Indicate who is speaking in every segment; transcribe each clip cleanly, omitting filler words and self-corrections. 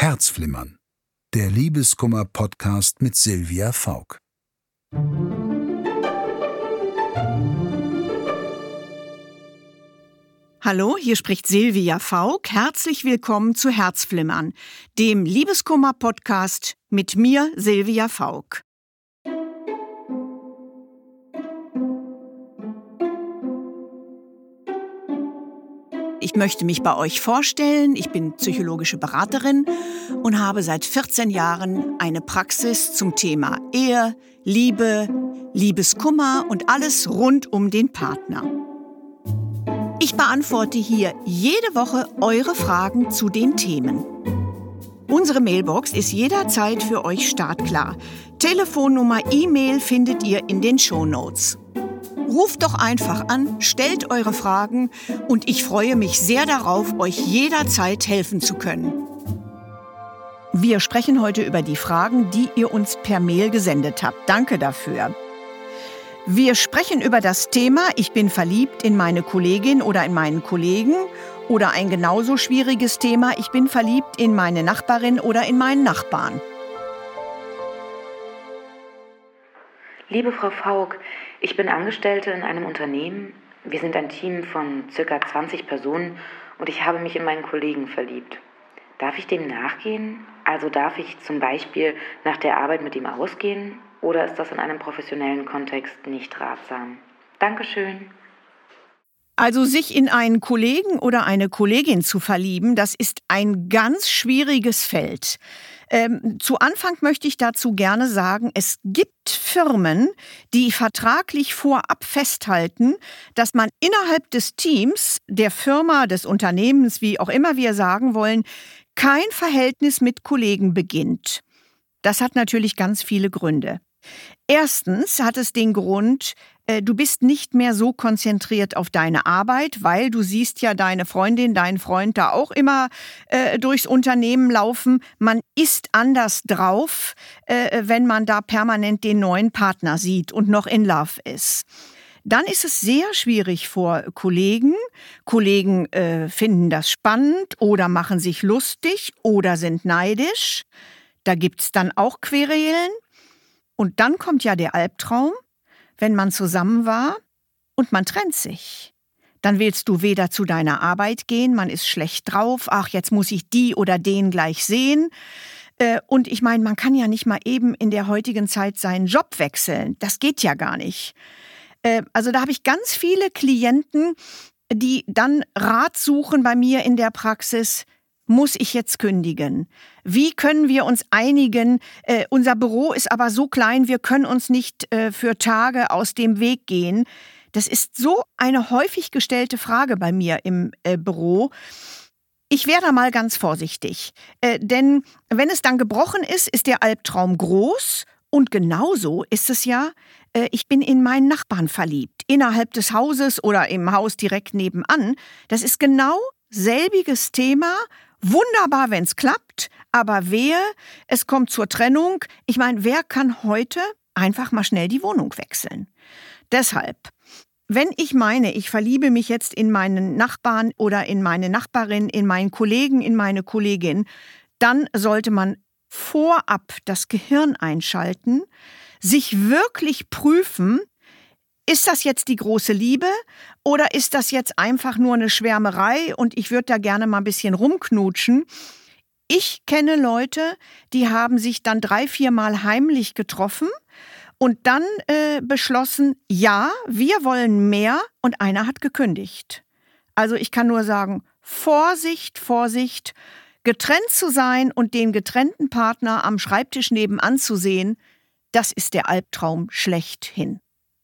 Speaker 1: Herzflimmern, der Liebeskummer-Podcast mit Silvia Fauck.
Speaker 2: Hallo, hier spricht Silvia Fauck. Herzlich willkommen zu Herzflimmern, dem Liebeskummer-Podcast mit mir, Silvia Fauck. Ich möchte mich bei euch vorstellen. Ich bin psychologische Beraterin und habe seit 14 Jahren eine Praxis zum Thema Ehe, Liebe, Liebeskummer und alles rund um den Partner. Ich beantworte hier jede Woche eure Fragen zu den Themen. Unsere Mailbox ist jederzeit für euch startklar. Telefonnummer, E-Mail findet ihr in den Shownotes. Ruft doch einfach an, stellt eure Fragen und ich freue mich sehr darauf, euch jederzeit helfen zu können. Wir sprechen heute über die Fragen, die ihr uns per Mail gesendet habt. Danke dafür. Wir sprechen über das Thema, ich bin verliebt in meine Kollegin oder in meinen Kollegen, oder ein genauso schwieriges Thema, ich bin verliebt in meine Nachbarin oder in meinen Nachbarn.
Speaker 3: Liebe Frau Fauck, ich bin Angestellte in einem Unternehmen. Wir sind ein Team von ca. 20 Personen und ich habe mich in meinen Kollegen verliebt. Darf ich dem nachgehen? Also darf ich zum Beispiel nach der Arbeit mit ihm ausgehen? Oder ist das in einem professionellen Kontext nicht ratsam? Dankeschön.
Speaker 2: Also sich in einen Kollegen oder eine Kollegin zu verlieben, das ist ein ganz schwieriges Feld. Zu Anfang möchte ich dazu gerne sagen, es gibt Firmen, die vertraglich vorab festhalten, dass man innerhalb des Teams, der Firma, des Unternehmens, wie auch immer wir sagen wollen, kein Verhältnis mit Kollegen beginnt. Das hat natürlich ganz viele Gründe. Erstens hat es den Grund, du bist nicht mehr so konzentriert auf deine Arbeit, weil du siehst ja deine Freundin, deinen Freund da auch immer durchs Unternehmen laufen. Man ist anders drauf, wenn man da permanent den neuen Partner sieht und noch in Love ist. Dann ist es sehr schwierig vor Kollegen. Kollegen finden das spannend oder machen sich lustig oder sind neidisch. Da gibt's dann auch Querelen. Und dann kommt ja der Albtraum, wenn man zusammen war und man trennt sich. Dann willst du weder zu deiner Arbeit gehen, man ist schlecht drauf, ach, jetzt muss ich die oder den gleich sehen. Und ich meine, man kann ja nicht mal eben in der heutigen Zeit seinen Job wechseln. Das geht ja gar nicht. Also da habe ich ganz viele Klienten, die dann Rat suchen bei mir in der Praxis. Muss ich jetzt kündigen? Wie können wir uns einigen? Unser Büro ist aber so klein, wir können uns nicht für Tage aus dem Weg gehen. Das ist so eine häufig gestellte Frage bei mir im Büro. Ich wäre da mal ganz vorsichtig. Denn wenn es dann gebrochen ist, ist der Albtraum groß. Und genauso ist es ja, ich bin in meinen Nachbarn verliebt. Innerhalb des Hauses oder im Haus direkt nebenan. Das ist genau selbiges Thema. Wunderbar, wenn es klappt, aber wehe, es kommt zur Trennung. Ich meine, wer kann heute einfach mal schnell die Wohnung wechseln? Deshalb, wenn ich meine, ich verliebe mich jetzt in meinen Nachbarn oder in meine Nachbarin, in meinen Kollegen, in meine Kollegin, dann sollte man vorab das Gehirn einschalten, sich wirklich prüfen, ist das jetzt die große Liebe oder ist das jetzt einfach nur eine Schwärmerei und ich würde da gerne mal ein bisschen rumknutschen? Ich kenne Leute, die haben sich dann 3-4 Mal heimlich getroffen und dann beschlossen, ja, wir wollen mehr und einer hat gekündigt. Also ich kann nur sagen, Vorsicht, Vorsicht, getrennt zu sein und den getrennten Partner am Schreibtisch nebenan zu sehen, das ist der Albtraum schlechthin.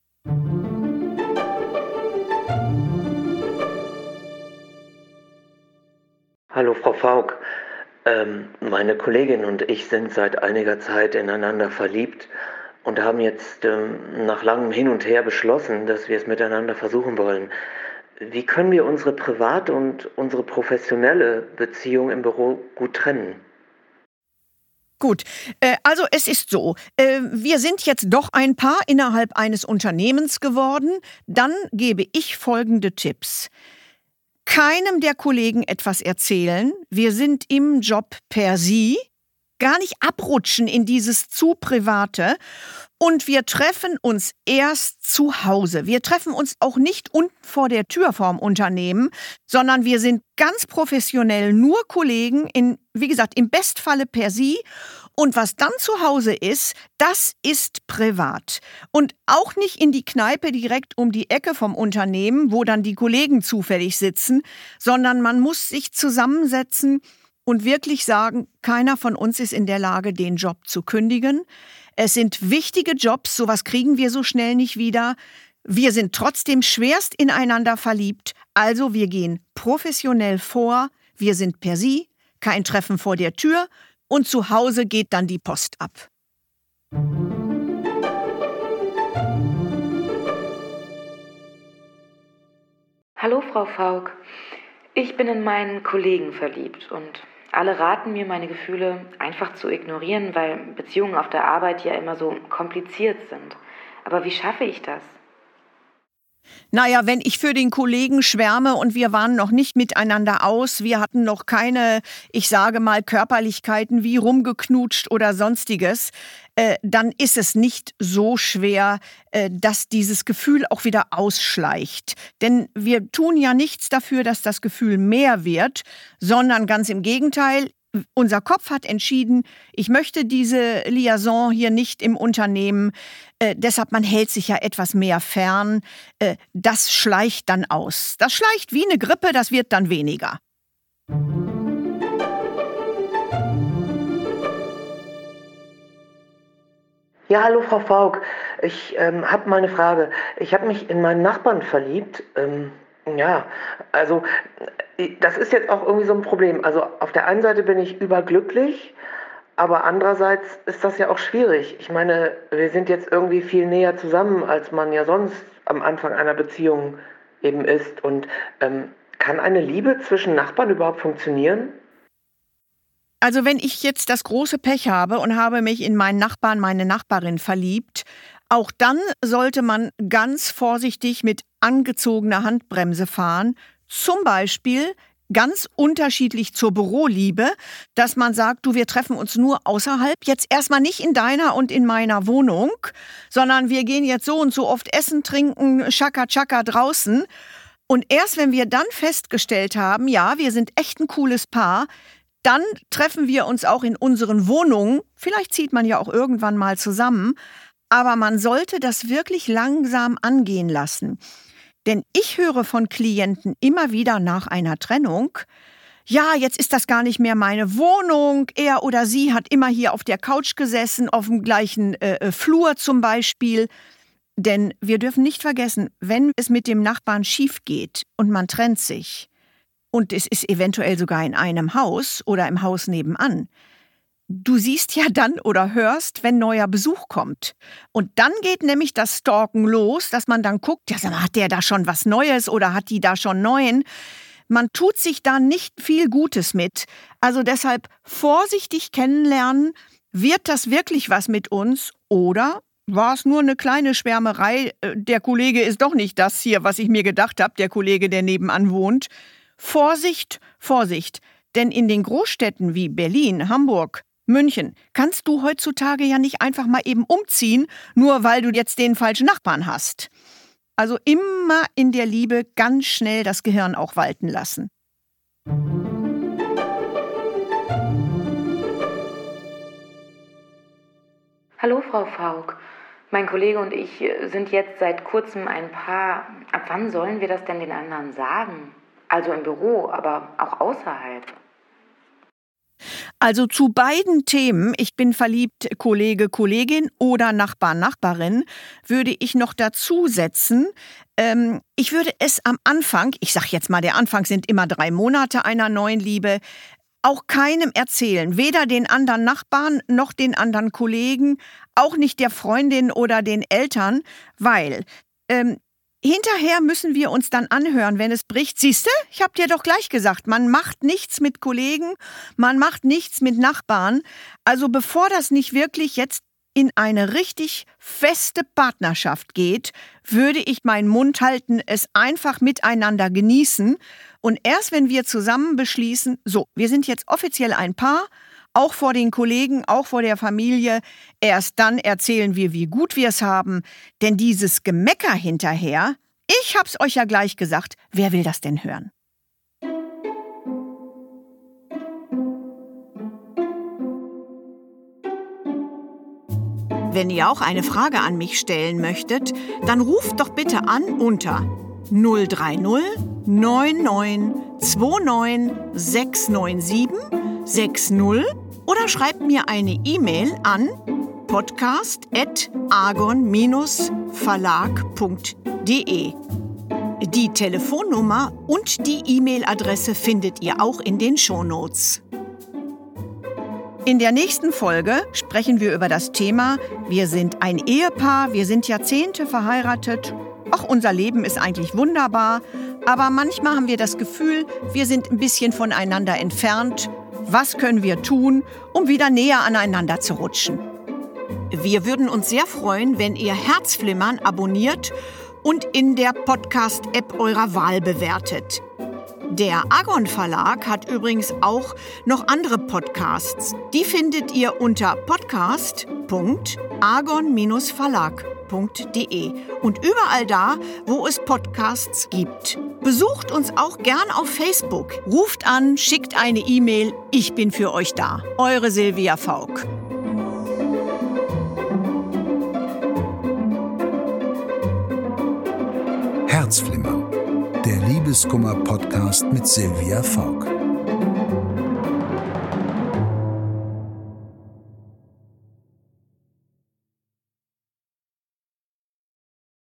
Speaker 4: Hallo Frau Fauck, meine Kollegin und ich sind seit einiger Zeit ineinander verliebt und haben jetzt nach langem Hin und Her beschlossen, dass wir es miteinander versuchen wollen. Wie können wir unsere private und unsere professionelle Beziehung im Büro gut trennen?
Speaker 2: Gut, also es ist so, wir sind jetzt doch ein Paar innerhalb eines Unternehmens geworden. Dann gebe ich folgende Tipps. keinem der Kollegen etwas erzählen. Wir sind im Job per Sie. Gar nicht abrutschen in dieses zu Private. Und wir treffen uns erst zu Hause. Wir treffen uns auch nicht unten vor der Tür vorm Unternehmen, sondern wir sind ganz professionell nur Kollegen, wie gesagt, im Bestfalle per Sie. Und was dann zu Hause ist, das ist privat. Und auch nicht in die Kneipe direkt um die Ecke vom Unternehmen, wo dann die Kollegen zufällig sitzen, sondern man muss sich zusammensetzen und wirklich sagen, keiner von uns ist in der Lage, den Job zu kündigen. Es sind wichtige Jobs, sowas kriegen wir so schnell nicht wieder. Wir sind trotzdem schwerst ineinander verliebt, also wir gehen professionell vor, wir sind per Sie, kein Treffen vor der Tür und zu Hause geht dann die Post ab.
Speaker 3: Hallo Frau Fauck, ich bin in meinen Kollegen verliebt und alle raten mir, meine Gefühle einfach zu ignorieren, weil Beziehungen auf der Arbeit ja immer so kompliziert sind. Aber wie schaffe ich das?
Speaker 2: Naja, wenn ich für den Kollegen schwärme und wir waren noch nicht miteinander aus, wir hatten noch keine, ich sage mal, Körperlichkeiten wie rumgeknutscht oder sonstiges, dann ist es nicht so schwer, dass dieses Gefühl auch wieder ausschleicht. Denn wir tun ja nichts dafür, dass das Gefühl mehr wird, sondern ganz im Gegenteil. Unser Kopf hat entschieden, ich möchte diese Liaison hier nicht im Unternehmen. Deshalb, man hält sich ja etwas mehr fern. Das schleicht dann aus. Das schleicht wie eine Grippe, das wird dann weniger.
Speaker 4: Ja, hallo Frau Fauck. Ich habe mal eine Frage. Ich habe mich in meinen Nachbarn verliebt. Das ist jetzt auch irgendwie so ein Problem. Also auf der einen Seite bin ich überglücklich, aber andererseits ist das ja auch schwierig. Ich meine, wir sind jetzt irgendwie viel näher zusammen, als man ja sonst am Anfang einer Beziehung eben ist. Und kann eine Liebe zwischen Nachbarn überhaupt funktionieren?
Speaker 2: Also wenn ich jetzt das große Pech habe und habe mich in meinen Nachbarn, meine Nachbarin verliebt, auch dann sollte man ganz vorsichtig mit angezogener Handbremse fahren. Zum Beispiel ganz unterschiedlich zur Büroliebe, dass man sagt, du, wir treffen uns nur außerhalb, jetzt erstmal nicht in deiner und in meiner Wohnung, sondern wir gehen jetzt so und so oft essen, trinken, Chaka-Chaka draußen. Und erst wenn wir dann festgestellt haben, ja, wir sind echt ein cooles Paar, dann treffen wir uns auch in unseren Wohnungen. Vielleicht zieht man ja auch irgendwann mal zusammen. Aber man sollte das wirklich langsam angehen lassen. Denn ich höre von Klienten immer wieder nach einer Trennung, ja, jetzt ist das gar nicht mehr meine Wohnung. Er oder sie hat immer hier auf der Couch gesessen, auf dem gleichen Flur zum Beispiel. Denn wir dürfen nicht vergessen, wenn es mit dem Nachbarn schief geht und man trennt sich, und es ist eventuell sogar in einem Haus oder im Haus nebenan. Du siehst ja dann oder hörst, wenn neuer Besuch kommt. Und dann geht nämlich das Stalken los, dass man dann guckt, ja, sag mal, hat der da schon was Neues oder hat die da schon neuen? Man tut sich da nicht viel Gutes mit. Also deshalb vorsichtig kennenlernen, wird das wirklich was mit uns oder war es nur eine kleine Schwärmerei? Der Kollege ist doch nicht das hier, was ich mir gedacht habe, der Kollege, der nebenan wohnt. Vorsicht, Vorsicht, denn in den Großstädten wie Berlin, Hamburg, München kannst du heutzutage ja nicht einfach mal eben umziehen, nur weil du jetzt den falschen Nachbarn hast. Also immer in der Liebe ganz schnell das Gehirn auch walten lassen.
Speaker 3: Hallo Frau Fauck, mein Kollege und ich sind jetzt seit kurzem ein Paar. Ab wann sollen wir das denn den anderen sagen? Also im Büro, aber auch außerhalb.
Speaker 2: Also zu beiden Themen, ich bin verliebt, Kollege, Kollegin oder Nachbar, Nachbarin, würde ich noch dazu setzen, ich würde es am Anfang, ich sag jetzt mal, der Anfang sind immer 3 Monate einer neuen Liebe, auch keinem erzählen, weder den anderen Nachbarn noch den anderen Kollegen, auch nicht der Freundin oder den Eltern, weil hinterher müssen wir uns dann anhören, wenn es bricht. Siehste, ich habe dir doch gleich gesagt, man macht nichts mit Kollegen, man macht nichts mit Nachbarn. Also bevor das nicht wirklich jetzt in eine richtig feste Partnerschaft geht, würde ich meinen Mund halten, es einfach miteinander genießen und erst wenn wir zusammen beschließen, so, wir sind jetzt offiziell ein Paar, auch vor den Kollegen, auch vor der Familie, erst dann erzählen wir, wie gut wir es haben, denn dieses Gemecker hinterher, ich hab's euch ja gleich gesagt, wer will das denn hören? Wenn ihr auch eine Frage an mich stellen möchtet, dann ruft doch bitte an unter 030 99 29 697 60 oder schreibt mir eine E-Mail an podcast@argon-verlag.de. Die Telefonnummer und die E-Mail-Adresse findet ihr auch in den Shownotes. In der nächsten Folge sprechen wir über das Thema, wir sind ein Ehepaar, wir sind Jahrzehnte verheiratet. Ach, unser Leben ist eigentlich wunderbar, aber manchmal haben wir das Gefühl, wir sind ein bisschen voneinander entfernt. Was können wir tun, um wieder näher aneinander zu rutschen? Wir würden uns sehr freuen, wenn ihr Herzflimmern abonniert und in der Podcast-App eurer Wahl bewertet. Der Argon Verlag hat übrigens auch noch andere Podcasts. Die findet ihr unter podcast.argon-verlag.de und überall da, wo es Podcasts gibt. Besucht uns auch gern auf Facebook. Ruft an, schickt eine E-Mail. Ich bin für euch da. Eure Silvia Fauck.
Speaker 1: Herzflimmern, der Liebeskummer-Podcast mit Silvia Fauck.